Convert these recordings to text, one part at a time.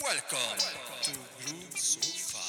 Welcome to Group Sofa.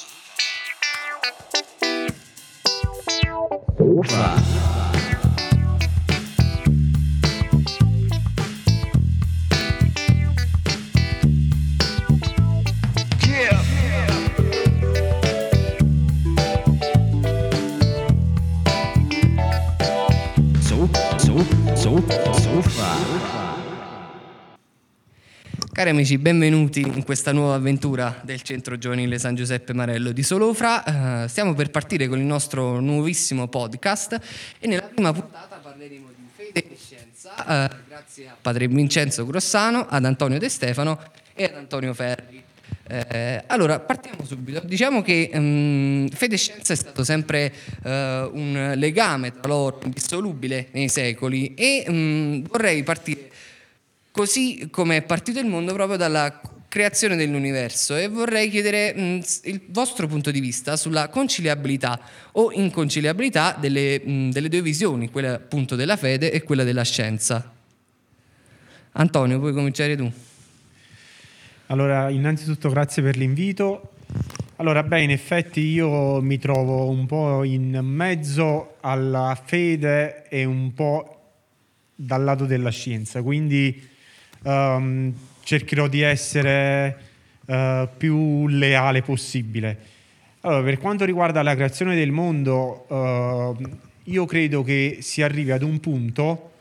Cari amici, benvenuti in questa nuova avventura del Centro Giovanile San Giuseppe Marello di Solofra. Stiamo per partire con il nostro nuovissimo podcast e nella prima puntata parleremo di fede e scienza grazie a Padre Vincenzo Grossano, ad Antonio De Stefano e ad Antonio Ferri. Allora, partiamo subito. Diciamo che fede e scienza è stato sempre un legame tra loro indissolubile nei secoli e vorrei partire così come è partito il mondo proprio dalla creazione dell'universo e vorrei chiedere il vostro punto di vista sulla conciliabilità o inconciliabilità delle due visioni, quella appunto della fede e quella della scienza. Antonio, puoi cominciare tu. Allora, innanzitutto grazie per l'invito. Allora, in effetti io mi trovo un po' in mezzo alla fede e un po' dal lato della scienza, quindi cercherò di essere più leale possibile. Allora, per quanto riguarda la creazione del mondo, io credo che si arrivi ad un punto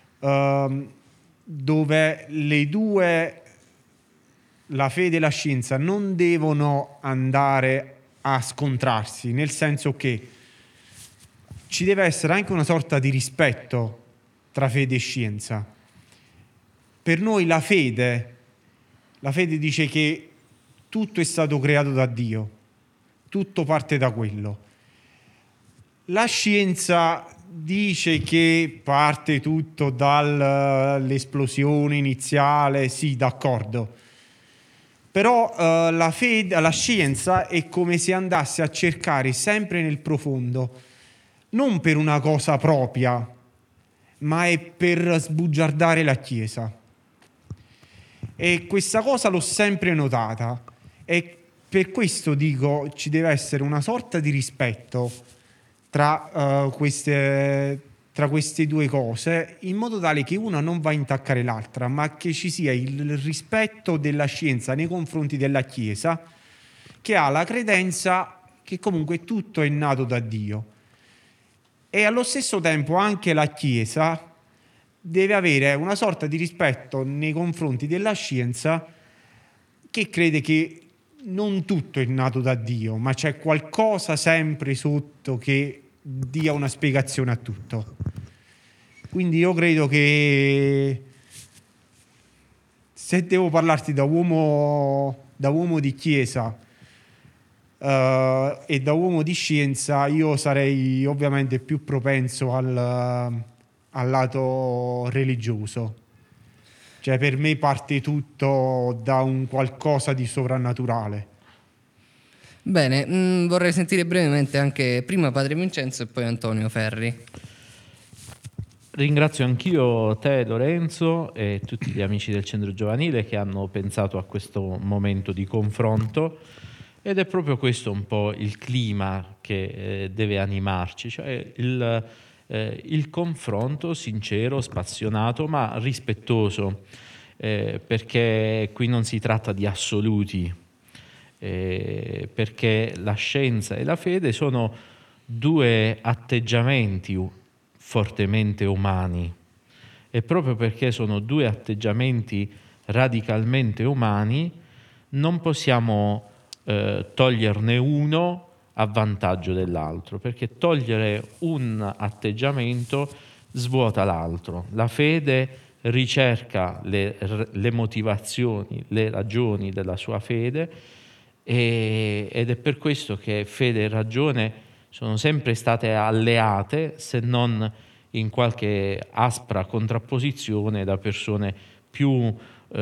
dove le due, la fede e la scienza, non devono andare a scontrarsi, nel senso che ci deve essere anche una sorta di rispetto tra fede e scienza. Per noi la fede dice che tutto è stato creato da Dio, tutto parte da quello. La scienza dice che parte tutto dall'esplosione iniziale, sì, d'accordo. Però la scienza è come se andasse a cercare sempre nel profondo, non per una cosa propria, ma è per sbugiardare la Chiesa. E questa cosa l'ho sempre notata e per questo dico ci deve essere una sorta di rispetto tra queste due cose, in modo tale che una non va a intaccare l'altra, ma che ci sia il rispetto della scienza nei confronti della Chiesa, che ha la credenza che comunque tutto è nato da Dio. E allo stesso tempo anche la Chiesa deve avere una sorta di rispetto nei confronti della scienza, che crede che non tutto è nato da Dio, ma c'è qualcosa sempre sotto che dia una spiegazione a tutto. Quindi io credo che se devo parlarti da uomo di Chiesa e da uomo di scienza, io sarei ovviamente più propenso al lato religioso. Cioè, per me parte tutto da un qualcosa di sovrannaturale. Bene, vorrei sentire brevemente anche prima Padre Vincenzo e poi Antonio Ferri. Ringrazio anch'io te, Lorenzo, e tutti gli amici del Centro Giovanile che hanno pensato a questo momento di confronto, ed è proprio questo un po' il clima che deve animarci, cioè il confronto sincero, spassionato, ma rispettoso, perché qui non si tratta di assoluti, perché la scienza e la fede sono due atteggiamenti fortemente umani, e proprio perché sono due atteggiamenti radicalmente umani non possiamo toglierne uno a vantaggio dell'altro, perché togliere un atteggiamento svuota l'altro. La fede ricerca le motivazioni, le ragioni della sua fede, ed è per questo che fede e ragione sono sempre state alleate, se non in qualche aspra contrapposizione, da persone più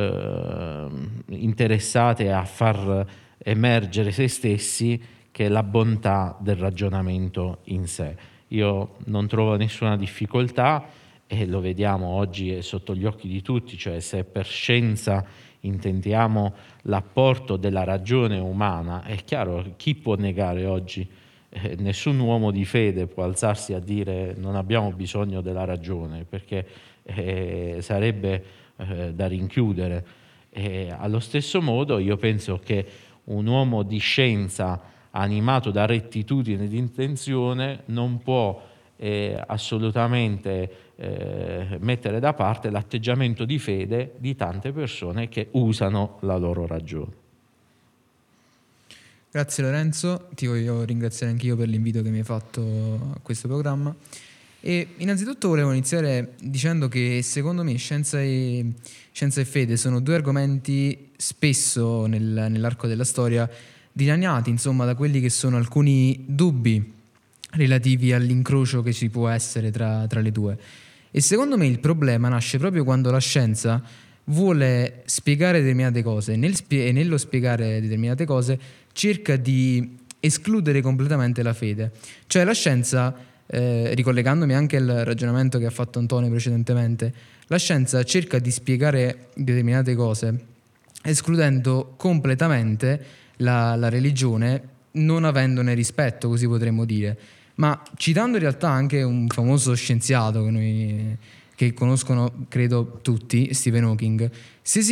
interessate a far emergere se stessi che la bontà del ragionamento in sé. Io non trovo nessuna difficoltà e lo vediamo oggi è sotto gli occhi di tutti, cioè se per scienza intendiamo l'apporto della ragione umana, è chiaro, chi può negare oggi? Nessun uomo di fede può alzarsi a dire non abbiamo bisogno della ragione, perché sarebbe da rinchiudere. Allo stesso modo io penso che un uomo di scienza animato da rettitudine di intenzione non può assolutamente mettere da parte l'atteggiamento di fede di tante persone che usano la loro ragione. Grazie Lorenzo, ti voglio ringraziare anch'io per l'invito che mi hai fatto a questo programma. E innanzitutto volevo iniziare dicendo che secondo me scienza e fede sono due argomenti spesso nell'arco della storia dilaniati, insomma, da quelli che sono alcuni dubbi relativi all'incrocio che ci può essere tra le due. E secondo me il problema nasce proprio quando la scienza vuole spiegare determinate cose e nello spiegare determinate cose cerca di escludere completamente la fede. Cioè la scienza, ricollegandomi anche al ragionamento che ha fatto Antonio precedentemente, la scienza cerca di spiegare determinate cose escludendo completamente la religione, non avendone rispetto, così potremmo dire. Ma citando in realtà anche un famoso scienziato che conoscono credo tutti, Stephen Hawking, se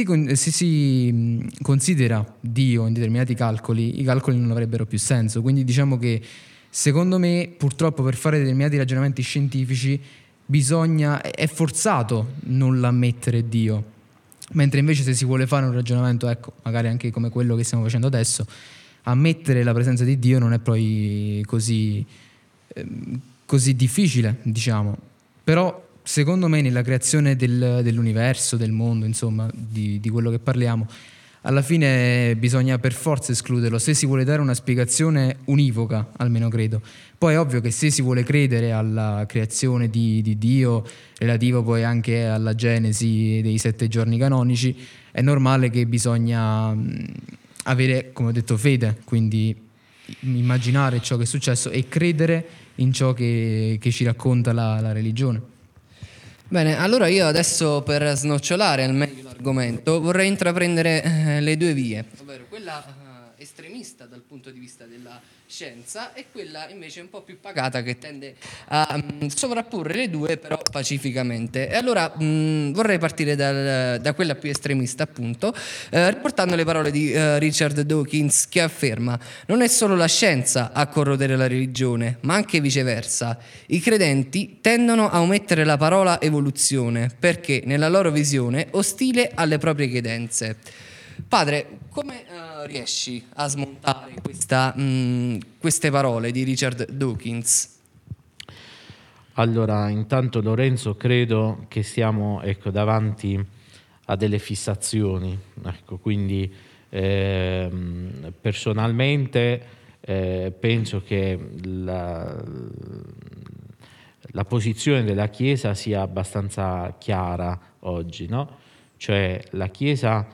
si considera Dio in determinati calcoli, i calcoli non avrebbero più senso. Quindi diciamo che secondo me purtroppo per fare determinati ragionamenti scientifici è forzato non ammettere Dio, mentre invece se si vuole fare un ragionamento, ecco, magari anche come quello che stiamo facendo adesso, ammettere la presenza di Dio non è poi così difficile, diciamo. Però secondo me nella creazione dell'universo, del mondo, insomma, di quello che parliamo, alla fine bisogna per forza escluderlo se si vuole dare una spiegazione univoca, almeno credo. Poi è ovvio che se si vuole credere alla creazione di Dio, relativo poi anche alla genesi dei 7 giorni canonici, è normale che bisogna avere, come ho detto, fede, quindi immaginare ciò che è successo e credere in ciò che ci racconta la religione. Bene, allora io adesso per snocciolare al meglio l'argomento vorrei intraprendere le due vie, ovvero quella estremista dal punto di vista della scienza e quella invece un po' più pacata che tende a sovrapporre le due però pacificamente. E allora vorrei partire da quella più estremista, appunto, riportando le parole di Richard Dawkins, che afferma: non è solo la scienza a corrodere la religione, ma anche viceversa. I credenti tendono a omettere la parola evoluzione perché nella loro visione ostile alle proprie credenze. Padre, come riesci a smontare queste parole di Richard Dawkins? Allora, intanto Lorenzo, credo che siamo davanti a delle fissazioni, quindi personalmente penso che la posizione della Chiesa sia abbastanza chiara oggi, no? Cioè la Chiesa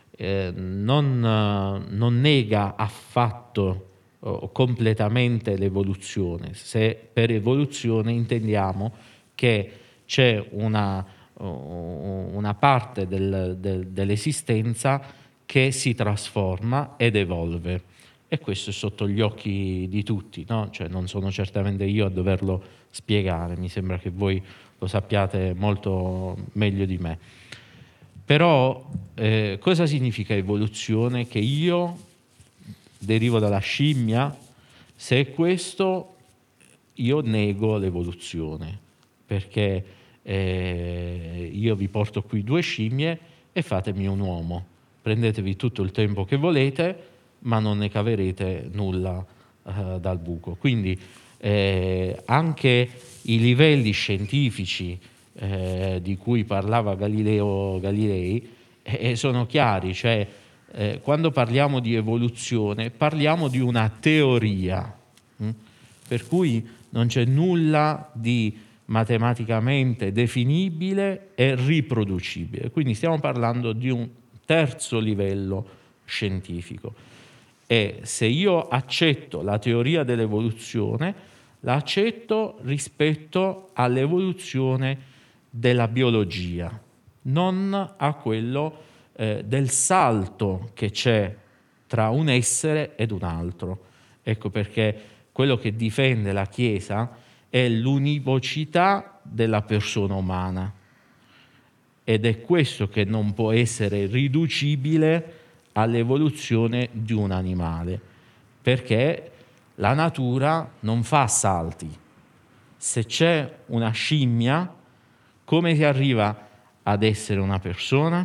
non nega affatto completamente l'evoluzione, se per evoluzione intendiamo che c'è una parte dell'esistenza che si trasforma ed evolve, e questo è sotto gli occhi di tutti, no? Cioè non sono certamente io a doverlo spiegare, mi sembra che voi lo sappiate molto meglio di me. Però cosa significa evoluzione? Che io derivo dalla scimmia? Se è questo, io nego l'evoluzione, perché io vi porto qui 2 scimmie e fatemi un uomo. Prendetevi tutto il tempo che volete, ma non ne caverete nulla dal buco. Quindi anche i livelli scientifici di cui parlava Galileo Galilei sono chiari, cioè quando parliamo di evoluzione parliamo di una teoria, per cui non c'è nulla di matematicamente definibile e riproducibile, quindi stiamo parlando di un terzo livello scientifico. E se io accetto la teoria dell'evoluzione, la accetto rispetto all'evoluzione della biologia, non a quello del salto che c'è tra un essere ed un altro. Ecco perché quello che difende la Chiesa è l'univocità della persona umana, ed è questo che non può essere riducibile all'evoluzione di un animale, perché la natura non fa salti. Se c'è una scimmia, come si arriva ad essere una persona?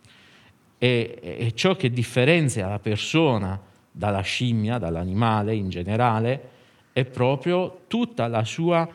E ciò che differenzia la persona dalla scimmia, dall'animale in generale, è proprio tutta la sua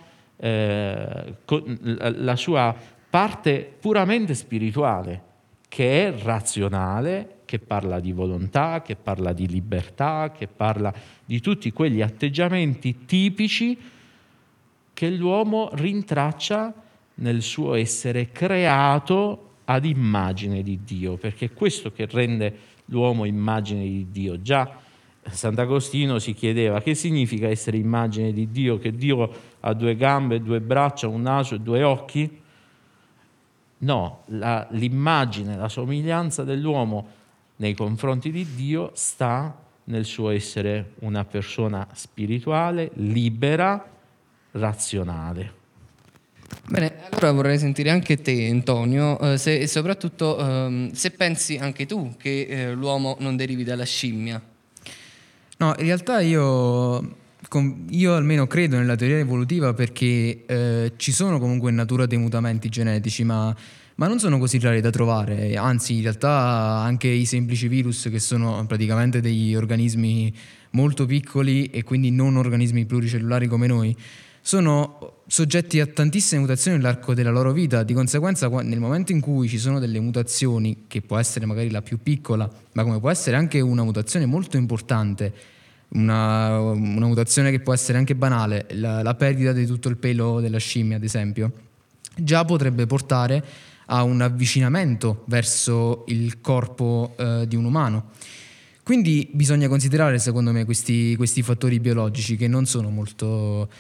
parte puramente spirituale, che è razionale, che parla di volontà, che parla di libertà, che parla di tutti quegli atteggiamenti tipici che l'uomo rintraccia nel suo essere creato ad immagine di Dio, perché è questo che rende l'uomo immagine di Dio. Già Sant'Agostino si chiedeva che significa essere immagine di Dio, che Dio ha 2 gambe, 2 braccia, un naso e 2 occhi? No, l'immagine, la somiglianza dell'uomo nei confronti di Dio sta nel suo essere una persona spirituale, libera, razionale. Bene, allora vorrei sentire anche te, Antonio, e soprattutto se pensi anche tu che l'uomo non derivi dalla scimmia. No, in realtà io almeno credo nella teoria evolutiva perché ci sono comunque in natura dei mutamenti genetici, ma non sono così rari da trovare. Anzi, in realtà anche i semplici virus, che sono praticamente degli organismi molto piccoli e quindi non organismi pluricellulari come noi, sono soggetti a tantissime mutazioni nell'arco della loro vita. Di conseguenza, nel momento in cui ci sono delle mutazioni, che può essere magari la più piccola, ma come può essere anche una mutazione molto importante, una mutazione che può essere anche banale, la perdita di tutto il pelo della scimmia, ad esempio, già potrebbe portare a un avvicinamento verso il corpo di un umano. Quindi bisogna considerare, secondo me, questi fattori biologici, che non sono molto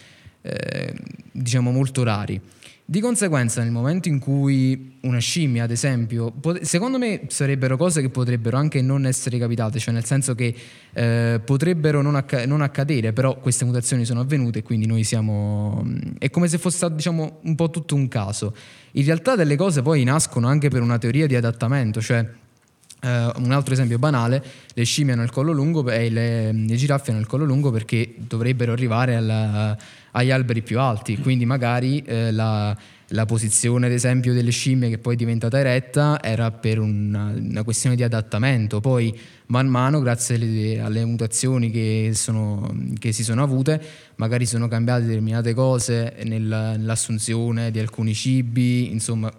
molto rari. Di conseguenza, nel momento in cui una scimmia, ad esempio, secondo me sarebbero cose che potrebbero anche non essere capitate, cioè nel senso che potrebbero non accadere, però queste mutazioni sono avvenute e quindi noi siamo... È come se fosse stato, diciamo, un po' tutto un caso. In realtà delle cose poi nascono anche per una teoria di adattamento, cioè un altro esempio banale: le scimmie hanno il collo lungo e le giraffe hanno il collo lungo perché dovrebbero arrivare agli alberi più alti, quindi magari la posizione, ad esempio, delle scimmie, che poi è diventata eretta, era per una questione di adattamento. Poi man mano, grazie alle mutazioni che si sono avute, magari sono cambiate determinate cose nell'assunzione di alcuni cibi, insomma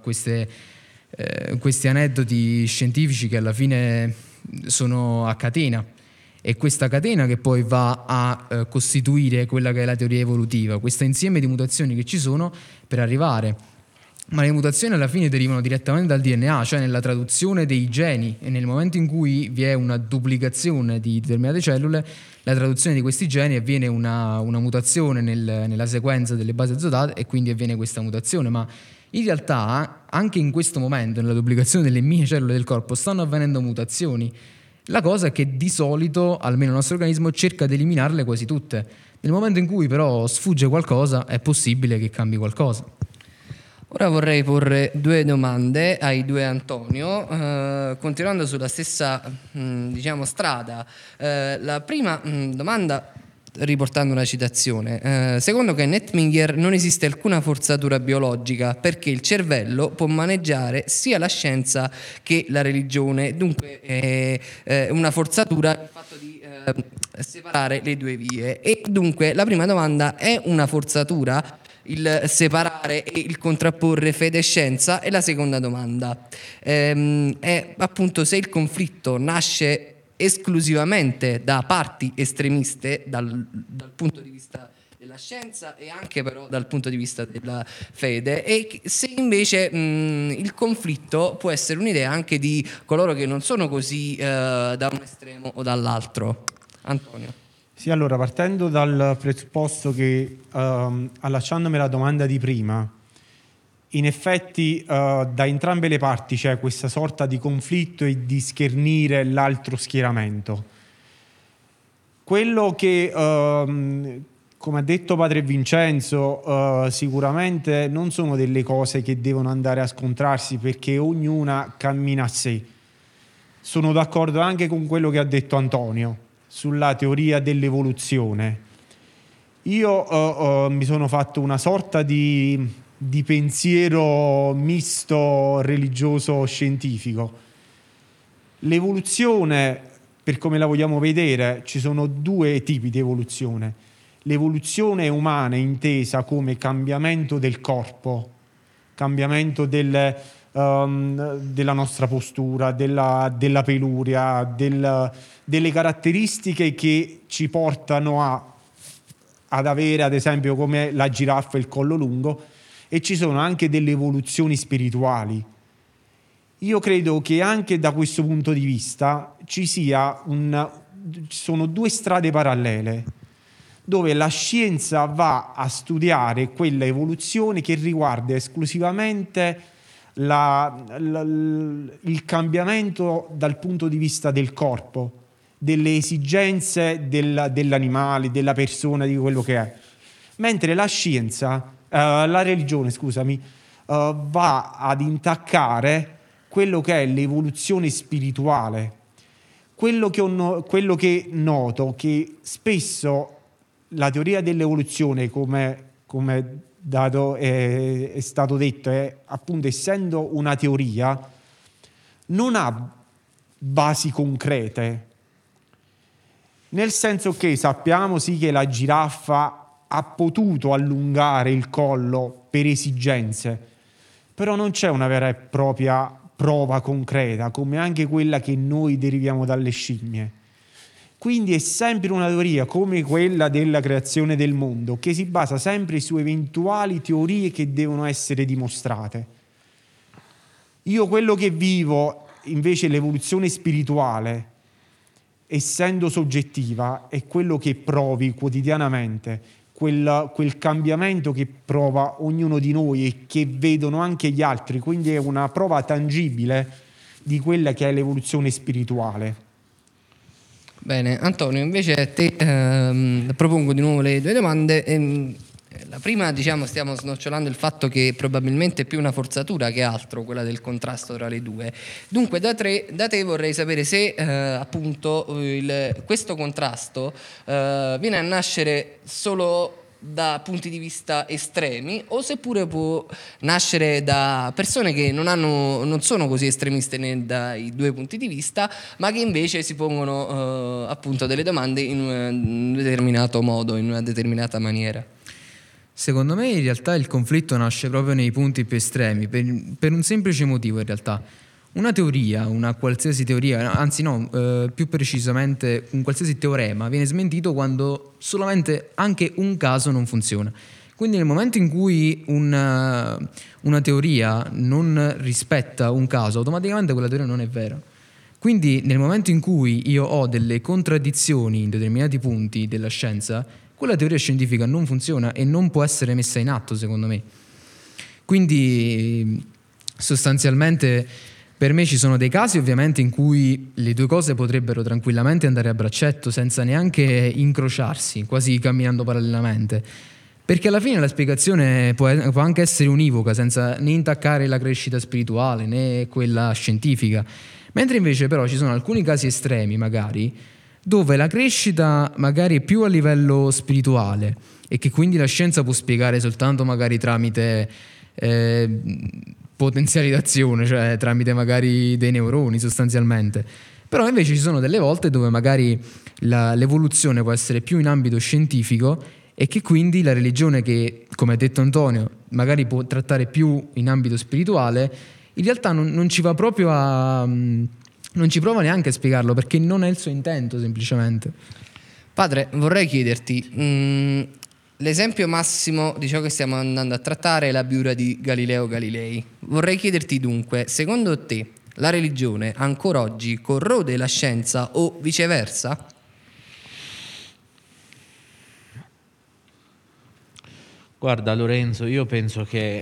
questi aneddoti scientifici che alla fine sono a catena, e questa catena che poi va a costituire quella che è la teoria evolutiva, questo insieme di mutazioni che ci sono per arrivare. Ma le mutazioni alla fine derivano direttamente dal DNA, cioè nella traduzione dei geni, e nel momento in cui vi è una duplicazione di determinate cellule, la traduzione di questi geni avviene una mutazione nella sequenza delle basi azotate, e quindi avviene questa mutazione. Ma in realtà anche in questo momento, nella duplicazione delle mie cellule del corpo, stanno avvenendo mutazioni. La cosa è che di solito, almeno il nostro organismo, cerca di eliminarle quasi tutte. Nel momento in cui però sfugge qualcosa, è possibile che cambi qualcosa. Ora vorrei porre 2 domande ai 2 Antonio, continuando sulla stessa strada. La prima domanda, riportando una citazione: secondo Kenneth Miller non esiste alcuna forzatura biologica, perché il cervello può maneggiare sia la scienza che la religione. Dunque è una forzatura il fatto di separare le 2 vie. E dunque la prima domanda: è una forzatura il separare e il contrapporre fede e scienza? E la seconda domanda è appunto se il conflitto nasce esclusivamente da parti estremiste dal punto di vista della scienza e anche però dal punto di vista della fede, e se invece il conflitto può essere un'idea anche di coloro che non sono così da un estremo o dall'altro. Antonio. Sì, allora, partendo dal presupposto che, allacciandomi alla domanda di prima, in effetti da entrambe le parti c'è questa sorta di conflitto e di schernire l'altro schieramento. Quello che, come ha detto padre Vincenzo, sicuramente non sono delle cose che devono andare a scontrarsi, perché ognuna cammina a sé. Sono d'accordo anche con quello che ha detto Antonio sulla teoria dell'evoluzione. Io mi sono fatto una sorta di pensiero misto religioso-scientifico. L'evoluzione, per come la vogliamo vedere, ci sono due tipi di evoluzione. L'evoluzione umana intesa come cambiamento del corpo, cambiamento della nostra postura, della peluria, delle caratteristiche che ci portano ad avere, ad esempio, come la giraffa e il collo lungo, e ci sono anche delle evoluzioni spirituali. Io credo che anche da questo punto di vista ci sono due strade parallele, dove la scienza va a studiare quella evoluzione che riguarda esclusivamente il cambiamento dal punto di vista del corpo, delle esigenze dell'animale, della persona, di quello che è. Mentre la religione, va ad intaccare quello che è l'evoluzione spirituale. Quello che noto, che spesso la teoria dell'evoluzione, come è stato detto, è appunto, essendo una teoria, non ha basi concrete. Nel senso che sappiamo sì che la giraffa ha potuto allungare il collo per esigenze, però non c'è una vera e propria prova concreta, come anche quella che noi deriviamo dalle scimmie. Quindi è sempre una teoria come quella della creazione del mondo, che si basa sempre su eventuali teorie che devono essere dimostrate. Io quello che vivo, invece, l'evoluzione spirituale, essendo soggettiva, è quello che provi quotidianamente, quel cambiamento che prova ognuno di noi e che vedono anche gli altri, quindi è una prova tangibile di quella che è l'evoluzione spirituale. Bene, Antonio, invece a te propongo di nuovo le due domande. La prima, stiamo snocciolando il fatto che probabilmente è più una forzatura che altro, quella del contrasto tra le due. Dunque, da te vorrei sapere se appunto questo contrasto viene a nascere solo da punti di vista estremi, o seppure può nascere da persone che non sono così estremiste dai due punti di vista, ma che invece si pongono appunto delle domande in un determinato modo, in una determinata maniera. Secondo me in realtà il conflitto nasce proprio nei punti più estremi, per un semplice motivo in realtà. Una teoria, una qualsiasi teoria, anzi no, più precisamente un qualsiasi teorema viene smentito quando solamente anche un caso non funziona. Quindi nel momento in cui una teoria non rispetta un caso, automaticamente quella teoria non è vera. Quindi nel momento in cui io ho delle contraddizioni in determinati punti della scienza, quella teoria scientifica non funziona e non può essere messa in atto, secondo me. Quindi sostanzialmente per me ci sono dei casi ovviamente in cui le due cose potrebbero tranquillamente andare a braccetto senza neanche incrociarsi, quasi camminando parallelamente, perché alla fine la spiegazione può anche essere univoca, senza né intaccare la crescita spirituale né quella scientifica. Mentre invece però ci sono alcuni casi estremi magari dove la crescita magari è più a livello spirituale e che quindi la scienza può spiegare soltanto magari tramite potenziali d'azione, cioè tramite magari dei neuroni sostanzialmente. Però invece ci sono delle volte dove magari l'evoluzione può essere più in ambito scientifico e che quindi la religione, che come ha detto Antonio magari può trattare più in ambito spirituale, in realtà non ci va proprio non ci prova neanche a spiegarlo, perché non è il suo intento semplicemente. Padre, vorrei chiederti, l'esempio massimo di ciò che stiamo andando a trattare è la Biura di Galileo Galilei. Vorrei chiederti dunque, secondo te la religione ancora oggi corrode la scienza o viceversa? Guarda Lorenzo, io penso che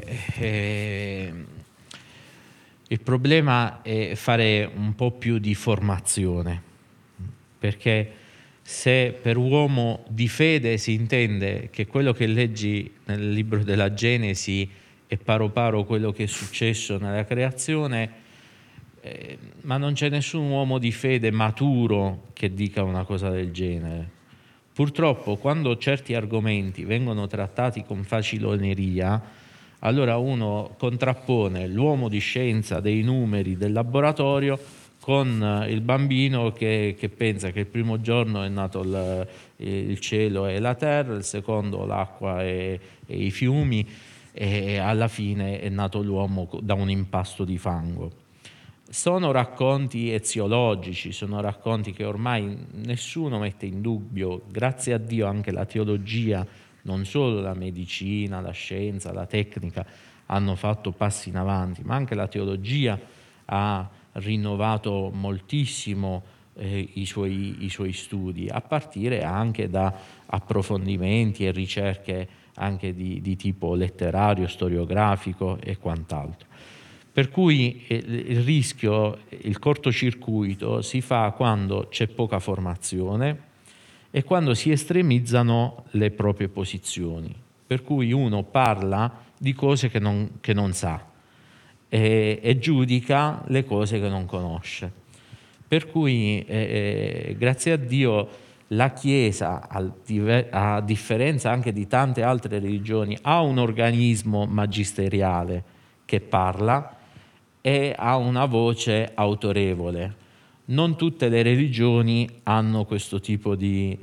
il problema è fare un po' più di formazione, perché se per uomo di fede si intende che quello che leggi nel libro della Genesi è paro paro quello che è successo nella creazione, ma non c'è nessun uomo di fede maturo che dica una cosa del genere. Purtroppo quando certi argomenti vengono trattati con faciloneria, allora uno contrappone l'uomo di scienza dei numeri del laboratorio con il bambino che pensa che il primo giorno è nato il cielo e la terra, il secondo l'acqua e i fiumi, e alla fine è nato l'uomo da un impasto di fango. Sono racconti eziologici, sono racconti che ormai nessuno mette in dubbio, grazie a Dio anche la teologia, non solo la medicina, la scienza, la tecnica hanno fatto passi in avanti, ma anche la teologia ha rinnovato moltissimo i suoi studi, a partire anche da approfondimenti e ricerche anche di tipo letterario, storiografico e quant'altro. Per cui il rischio, il cortocircuito si fa quando c'è poca formazione e quando si estremizzano le proprie posizioni, per cui uno parla di cose che non sa e giudica le cose che non conosce. Per cui, grazie a Dio, la Chiesa, a differenza anche di tante altre religioni, ha un organismo magisteriale che parla e ha una voce autorevole. Non tutte le religioni hanno questo tipo di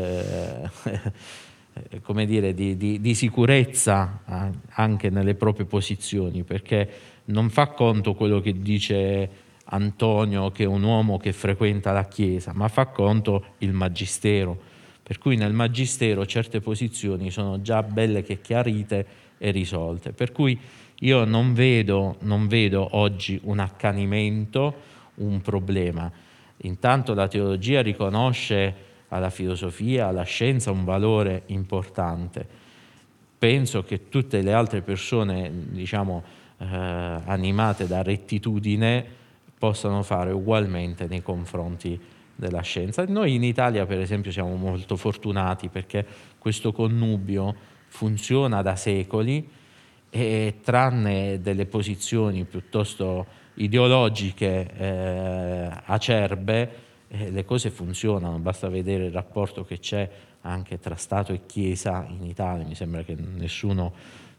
sicurezza anche nelle proprie posizioni, perché non fa conto quello che dice Antonio, che è un uomo che frequenta la Chiesa, ma fa conto il Magistero. Per cui nel Magistero certe posizioni sono già belle che chiarite e risolte. Per cui io non vedo oggi un accanimento, un problema. Intanto la teologia riconosce alla filosofia, alla scienza un valore importante. Penso che tutte le altre persone, animate da rettitudine, possano fare ugualmente nei confronti della scienza. Noi in Italia, per esempio, siamo molto fortunati perché questo connubio funziona da secoli e tranne delle posizioni piuttosto ideologiche acerbe, le cose funzionano. Basta vedere il rapporto che c'è anche tra Stato e Chiesa in Italia. Mi sembra che nessuno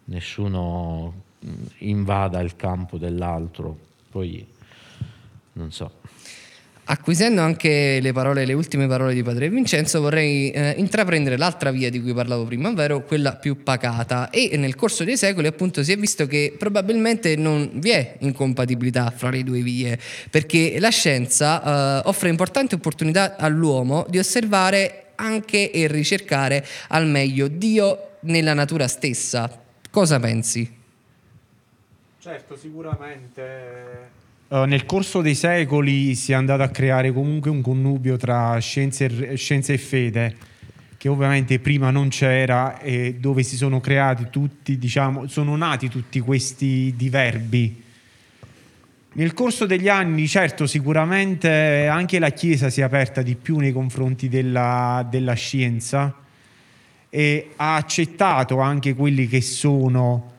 invada il campo dell'altro. Poi non so. Acquisendo anche le ultime parole di Padre Vincenzo, vorrei intraprendere l'altra via di cui parlavo prima, ovvero quella più pacata. E nel corso dei secoli, appunto, si è visto che probabilmente non vi è incompatibilità fra le due vie, perché la scienza offre importanti opportunità all'uomo di osservare anche e ricercare al meglio Dio nella natura stessa. Cosa pensi? Certo, sicuramente. Nel corso dei secoli si è andato a creare comunque un connubio tra scienza e fede, che ovviamente prima non c'era, e dove si sono creati sono nati tutti questi diverbi. Nel corso degli anni, certo, sicuramente anche la Chiesa si è aperta di più nei confronti della scienza e ha accettato anche quelli che sono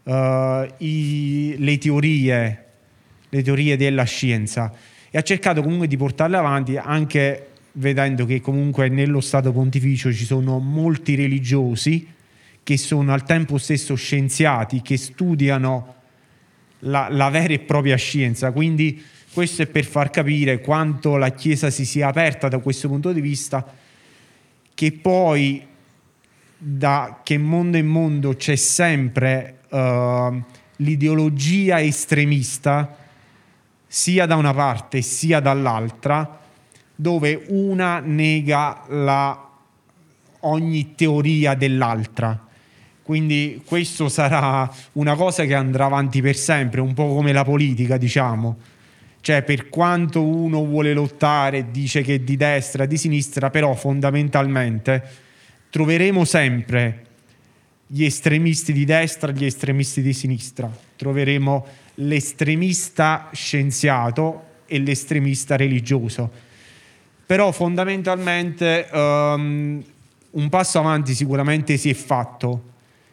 le teorie della scienza, e ha cercato comunque di portarle avanti, anche vedendo che comunque nello Stato Pontificio ci sono molti religiosi che sono al tempo stesso scienziati, che studiano la vera e propria scienza. Quindi questo è per far capire quanto la Chiesa si sia aperta da questo punto di vista, che poi da che mondo in mondo c'è sempre l'ideologia estremista, sia da una parte sia dall'altra, dove una nega ogni teoria dell'altra. Quindi questo sarà una cosa che andrà avanti per sempre, un po' come la politica, diciamo. Cioè, per quanto uno vuole lottare, dice che è di destra, di sinistra, però fondamentalmente troveremo sempre gli estremisti di destra e gli estremisti di sinistra, troveremo l'estremista scienziato e l'estremista religioso. Però fondamentalmente un passo avanti sicuramente si è fatto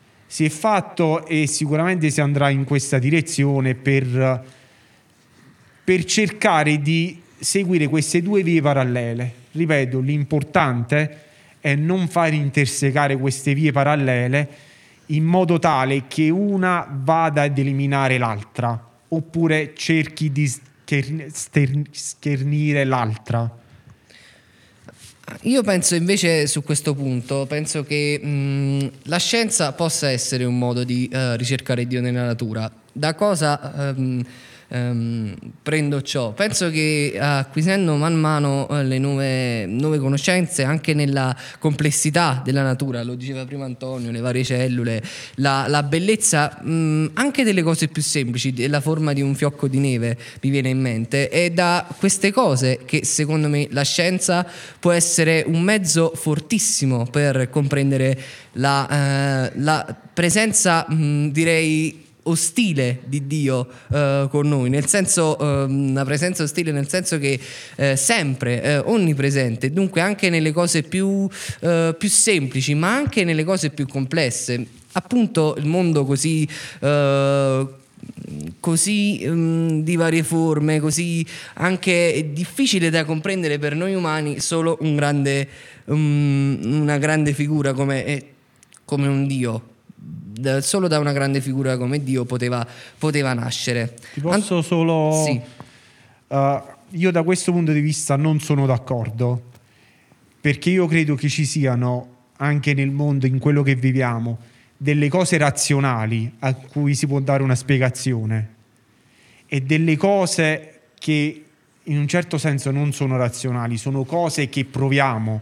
e sicuramente si andrà in questa direzione per cercare di seguire queste due vie parallele. Ripeto, l'importante è non far intersecare queste vie parallele in modo tale che una vada ad eliminare l'altra, oppure cerchi di schernire l'altra. Io penso invece su questo punto, penso che la scienza possa essere un modo di ricercare Dio nella natura. Da cosa prendo ciò? Penso che acquisendo man mano le nuove conoscenze anche nella complessità della natura, lo diceva prima Antonio, le varie cellule, la bellezza anche delle cose più semplici, della forma di un fiocco di neve mi viene in mente, è da queste cose che secondo me la scienza può essere un mezzo fortissimo per comprendere la presenza direi ostile di Dio con noi, nel senso una presenza ostile nel senso che sempre onnipresente, dunque anche nelle cose più semplici, ma anche nelle cose più complesse. Appunto il mondo così di varie forme, così anche difficile da comprendere per noi umani, solo una grande figura come un Dio. Solo da una grande figura come Dio poteva nascere. Ti posso solo... Sì. Io da questo punto di vista non sono d'accordo, perché io credo che ci siano anche nel mondo, in quello che viviamo, delle cose razionali a cui si può dare una spiegazione e delle cose che in un certo senso non sono razionali, sono cose che proviamo.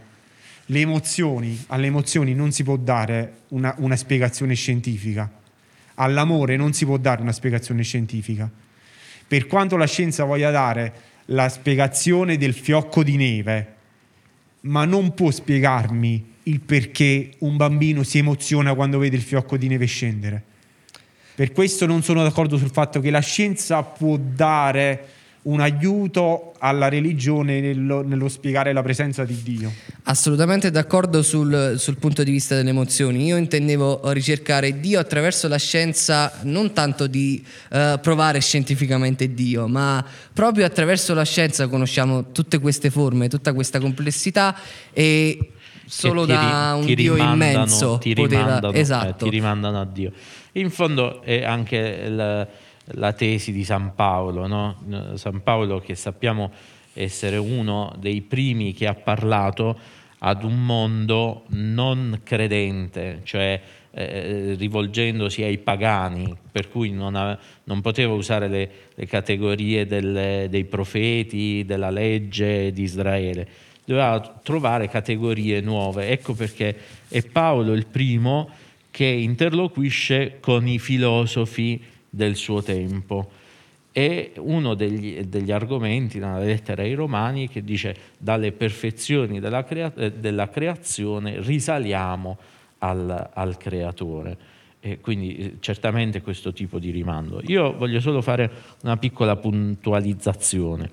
Alle emozioni non si può dare una spiegazione scientifica, all'amore non si può dare una spiegazione scientifica. Per quanto la scienza voglia dare la spiegazione del fiocco di neve, ma non può spiegarmi il perché un bambino si emoziona quando vede il fiocco di neve scendere. Per questo non sono d'accordo sul fatto che la scienza può dare un aiuto alla religione nello spiegare la presenza di Dio. Assolutamente d'accordo sul punto di vista delle emozioni. Io intendevo ricercare Dio attraverso la scienza, non tanto di provare scientificamente Dio, ma proprio attraverso la scienza conosciamo tutte queste forme, tutta questa complessità, e solo da un Dio immenso poteva... Esatto. Ti rimandano a Dio. In fondo è anche la tesi di San Paolo, no? San Paolo, che sappiamo essere uno dei primi che ha parlato ad un mondo non credente, cioè rivolgendosi ai pagani, per cui non poteva usare le categorie dei profeti, della legge di Israele, doveva trovare categorie nuove. Ecco perché è Paolo il primo che interloquisce con i filosofi del suo tempo. E uno degli argomenti nella lettera ai Romani che dice: dalle perfezioni della creazione risaliamo al creatore. E quindi certamente questo tipo di rimando. Io voglio solo fare una piccola puntualizzazione,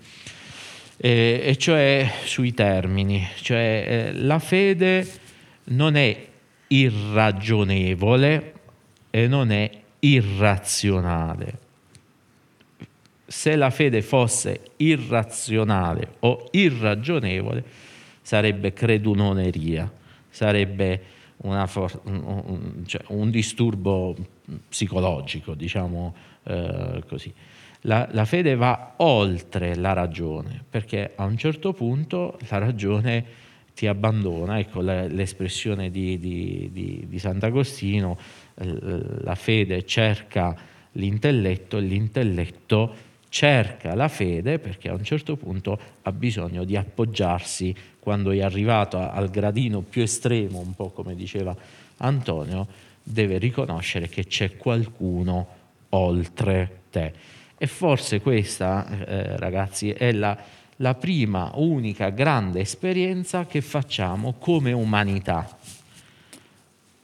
e cioè sui termini. Cioè la fede non è irragionevole e non è irrazionale. Se la fede fosse irrazionale o irragionevole, sarebbe credunoneria, sarebbe un disturbo psicologico, diciamo così. La fede va oltre la ragione, perché a un certo punto la ragione ti abbandona. Ecco l'espressione di Sant'Agostino: la fede cerca l'intelletto e l'intelletto cerca la fede, perché a un certo punto ha bisogno di appoggiarsi, quando è arrivato al gradino più estremo, un po' come diceva Antonio, deve riconoscere che c'è qualcuno oltre te. E forse questa, ragazzi, è la prima, unica grande esperienza che facciamo come umanità.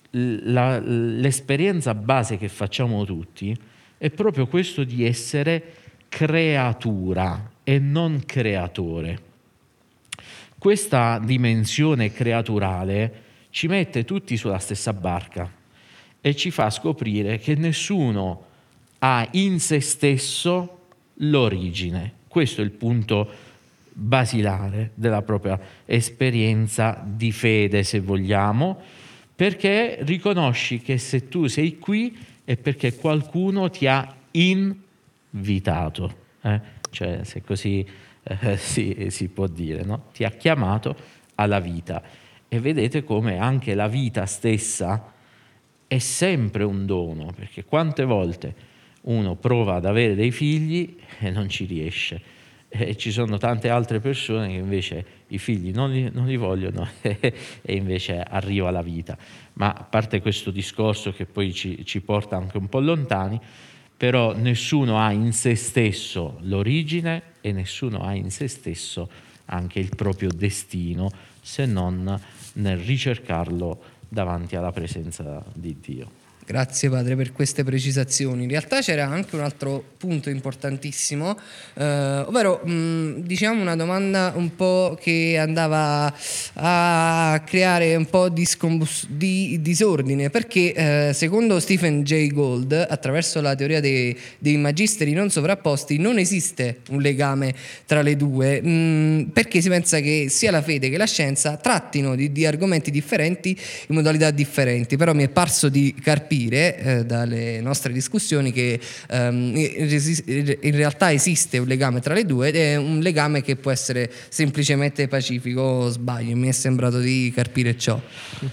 l'esperienza base che facciamo tutti è proprio questo di essere creatura e non creatore. Questa dimensione creaturale ci mette tutti sulla stessa barca e ci fa scoprire che nessuno ha in se stesso l'origine. Questo è il punto basilare della propria esperienza di fede, se vogliamo, perché riconosci che se tu sei qui è perché qualcuno ti ha invitato, cioè se così si può dire, no? Ti ha chiamato alla vita. E vedete come anche la vita stessa è sempre un dono, perché quante volte uno prova ad avere dei figli e non ci riesce, e ci sono tante altre persone che invece i figli non li vogliono e invece arriva la vita. Ma a parte questo discorso che poi ci porta anche un po' lontani, però nessuno ha in se stesso l'origine e nessuno ha in se stesso anche il proprio destino, se non nel ricercarlo davanti alla presenza di Dio. Grazie padre per queste precisazioni. In realtà c'era anche un altro punto importantissimo, ovvero diciamo una domanda un po' che andava a creare un po' di disordine, perché secondo Stephen Jay Gould, attraverso la teoria dei magisteri non sovrapposti, non esiste un legame tra le due, perché si pensa che sia la fede che la scienza trattino di argomenti differenti in modalità differenti. Però mi è parso di carpire dalle nostre discussioni che in realtà esiste un legame tra le due, ed è un legame che può essere semplicemente pacifico. O sbaglio? Mi è sembrato di carpire ciò.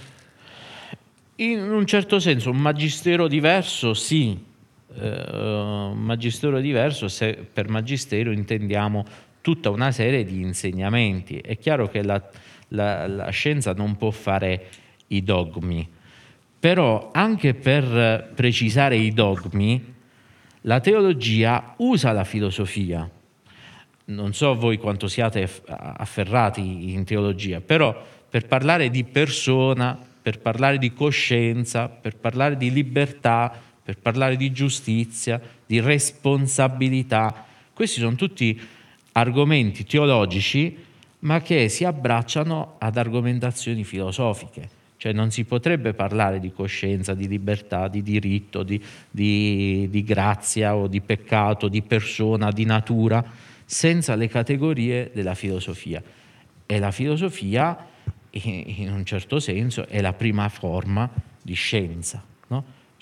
In un certo senso un magistero diverso, sì, un magistero diverso se per magistero intendiamo tutta una serie di insegnamenti. È chiaro che la scienza non può fare i dogmi, però anche per precisare i dogmi la teologia usa la filosofia. Non so voi quanto siate afferrati in teologia, però per parlare di persona, per parlare di coscienza, per parlare di libertà, per parlare di giustizia, di responsabilità, questi sono tutti argomenti teologici, ma che si abbracciano ad argomentazioni filosofiche. Cioè non si potrebbe parlare di coscienza, di libertà, di diritto, di grazia o di peccato, di persona, di natura, senza le categorie della filosofia. E la filosofia, in un certo senso, è la prima forma di scienza, no?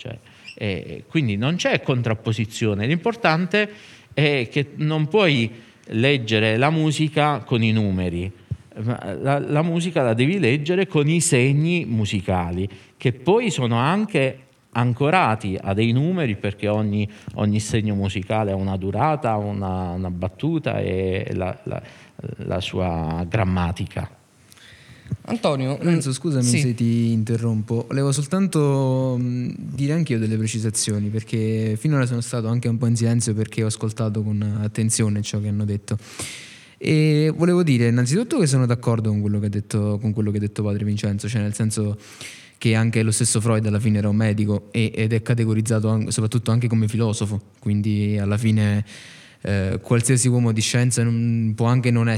Cioè, quindi non c'è contrapposizione. L'importante è che non puoi leggere la musica con i numeri. La musica la devi leggere con i segni musicali, che poi sono anche ancorati a dei numeri, perché ogni segno musicale ha una durata, una battuta e la sua grammatica. Antonio, Lorenzo, scusami sì. se ti interrompo, volevo soltanto dire anche io delle precisazioni, perché finora sono stato anche un po' in silenzio perché ho ascoltato con attenzione ciò che hanno detto. E volevo dire innanzitutto che sono d'accordo con quello che ha detto padre Vincenzo, cioè nel senso che anche lo stesso Freud alla fine era un medico ed è categorizzato soprattutto anche come filosofo, quindi alla fine qualsiasi uomo di scienza può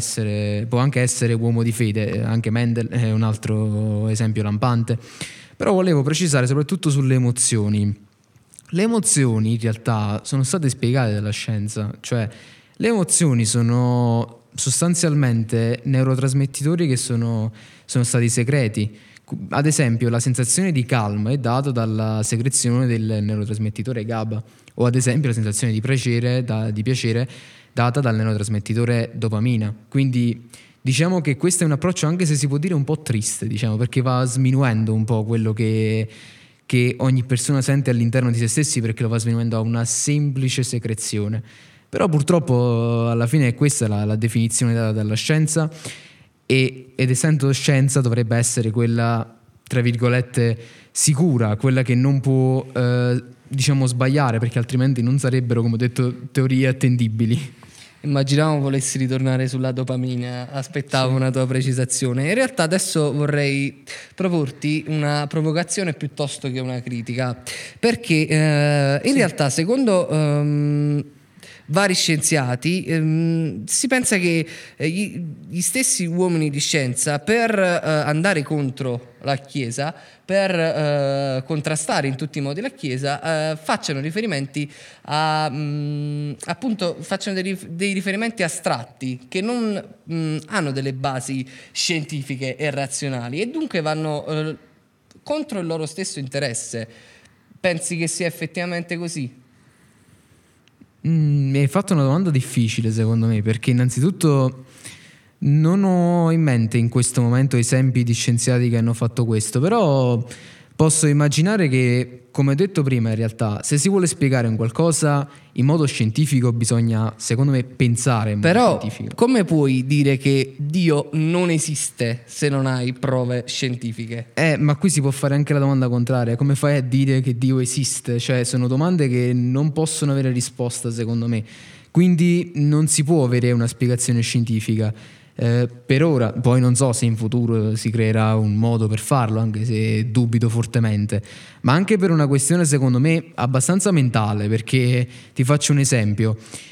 anche essere uomo di fede. Anche Mendel è un altro esempio lampante. Però volevo precisare soprattutto sulle emozioni. Le emozioni in realtà sono state spiegate dalla scienza, cioè le emozioni sono sostanzialmente neurotrasmettitori che sono stati secreti. Ad esempio la sensazione di calma è data dalla secrezione del neurotrasmettitore GABA, o ad esempio la sensazione di piacere data dal neurotrasmettitore dopamina. Quindi diciamo che questo è un approccio, anche se si può dire un po' triste, diciamo, perché va sminuendo un po' quello che ogni persona sente all'interno di se stessi, perché lo va sminuendo a una semplice secrezione. Però purtroppo alla fine questa è la definizione data dalla scienza, ed essendo scienza dovrebbe essere quella, tra virgolette, sicura, quella che non può diciamo sbagliare, perché altrimenti non sarebbero, come ho detto, teorie attendibili. Immaginavo volessi ritornare sulla dopamina, aspettavo una tua precisazione. In realtà adesso vorrei proporti una provocazione piuttosto che una critica, perché in realtà secondo vari scienziati si pensa che gli stessi uomini di scienza per andare contro la Chiesa, per contrastare in tutti i modi la Chiesa, facciano riferimenti appunto facciano dei riferimenti astratti che non hanno delle basi scientifiche e razionali, e dunque vanno contro il loro stesso interesse. Pensi che sia effettivamente così? Mi hai fatto una domanda difficile secondo me, perché innanzitutto non ho in mente in questo momento esempi di scienziati che hanno fatto questo, però posso immaginare che, come ho detto prima, in realtà se si vuole spiegare un qualcosa in modo scientifico bisogna, secondo me, pensare in modo Però scientifico. come puoi dire che Dio non esiste se non hai prove scientifiche? Ma qui si può fare anche la domanda contraria: come fai a dire che Dio esiste? Cioè, sono domande che non possono avere risposta, secondo me. Quindi non si può avere una spiegazione scientifica. Per ora, poi non so se in futuro si creerà un modo per farlo, anche se dubito fortemente, ma anche per una questione secondo me abbastanza mentale, perché ti faccio un esempio.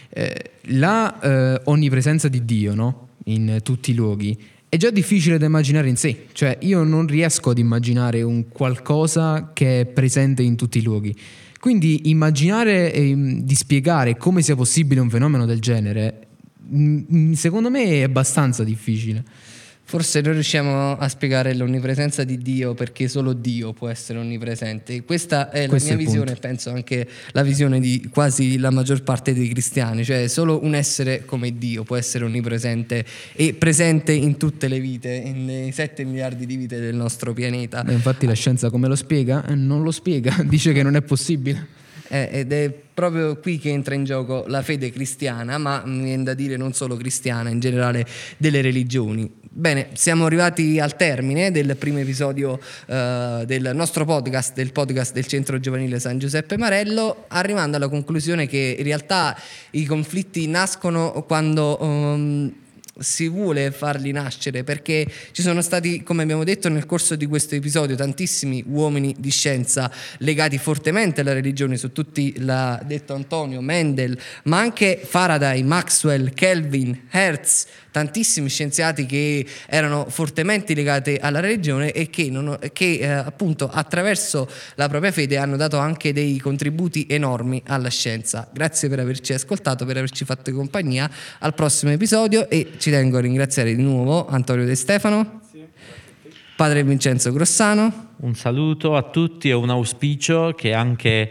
La onnipresenza di Dio, no? In tutti i luoghi è già difficile da immaginare in sé, cioè io non riesco ad immaginare un qualcosa che è presente in tutti i luoghi. Quindi immaginare di spiegare come sia possibile un fenomeno del genere, secondo me è abbastanza difficile. Forse noi riusciamo a spiegare l'onnipresenza di Dio perché solo Dio può essere onnipresente. Questa è Questo la è mia il visione, punto. penso anche la visione di quasi la maggior parte dei cristiani, cioè solo un essere come Dio può essere onnipresente e presente in tutte le vite, nei 7 miliardi di vite del nostro pianeta. Beh, infatti la scienza come lo spiega? Non lo spiega, dice che non è possibile. Ed è proprio qui che entra in gioco la fede cristiana, ma mi viene da dire non solo cristiana, in generale delle religioni. Bene, siamo arrivati al termine del primo episodio del nostro podcast, del podcast del Centro Giovanile San Giuseppe Marello, arrivando alla conclusione che in realtà i conflitti nascono quando si vuole farli nascere, perché ci sono stati, come abbiamo detto nel corso di questo episodio, tantissimi uomini di scienza legati fortemente alla religione, su tutti l'ha detto Antonio, Mendel, ma anche Faraday, Maxwell, Kelvin, Hertz, tantissimi scienziati che erano fortemente legati alla religione e che appunto attraverso la propria fede hanno dato anche dei contributi enormi alla scienza. Grazie per averci ascoltato, per averci fatto compagnia. Al prossimo episodio, e ci tengo a ringraziare di nuovo Antonio De Stefano, padre Vincenzo Grossano. Un saluto a tutti e un auspicio che anche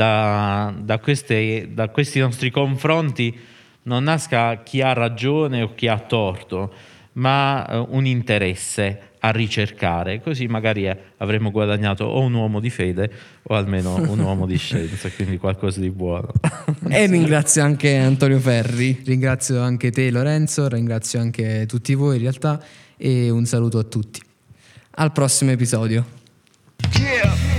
da questi nostri confronti non nasca chi ha ragione o chi ha torto, ma un interesse a ricercare, così magari avremmo guadagnato o un uomo di fede o almeno un uomo di scienza, quindi qualcosa di buono. E ringrazio anche Antonio Ferri. Ringrazio anche te Lorenzo, ringrazio anche tutti voi in realtà, e un saluto a tutti. Al prossimo episodio. Yeah.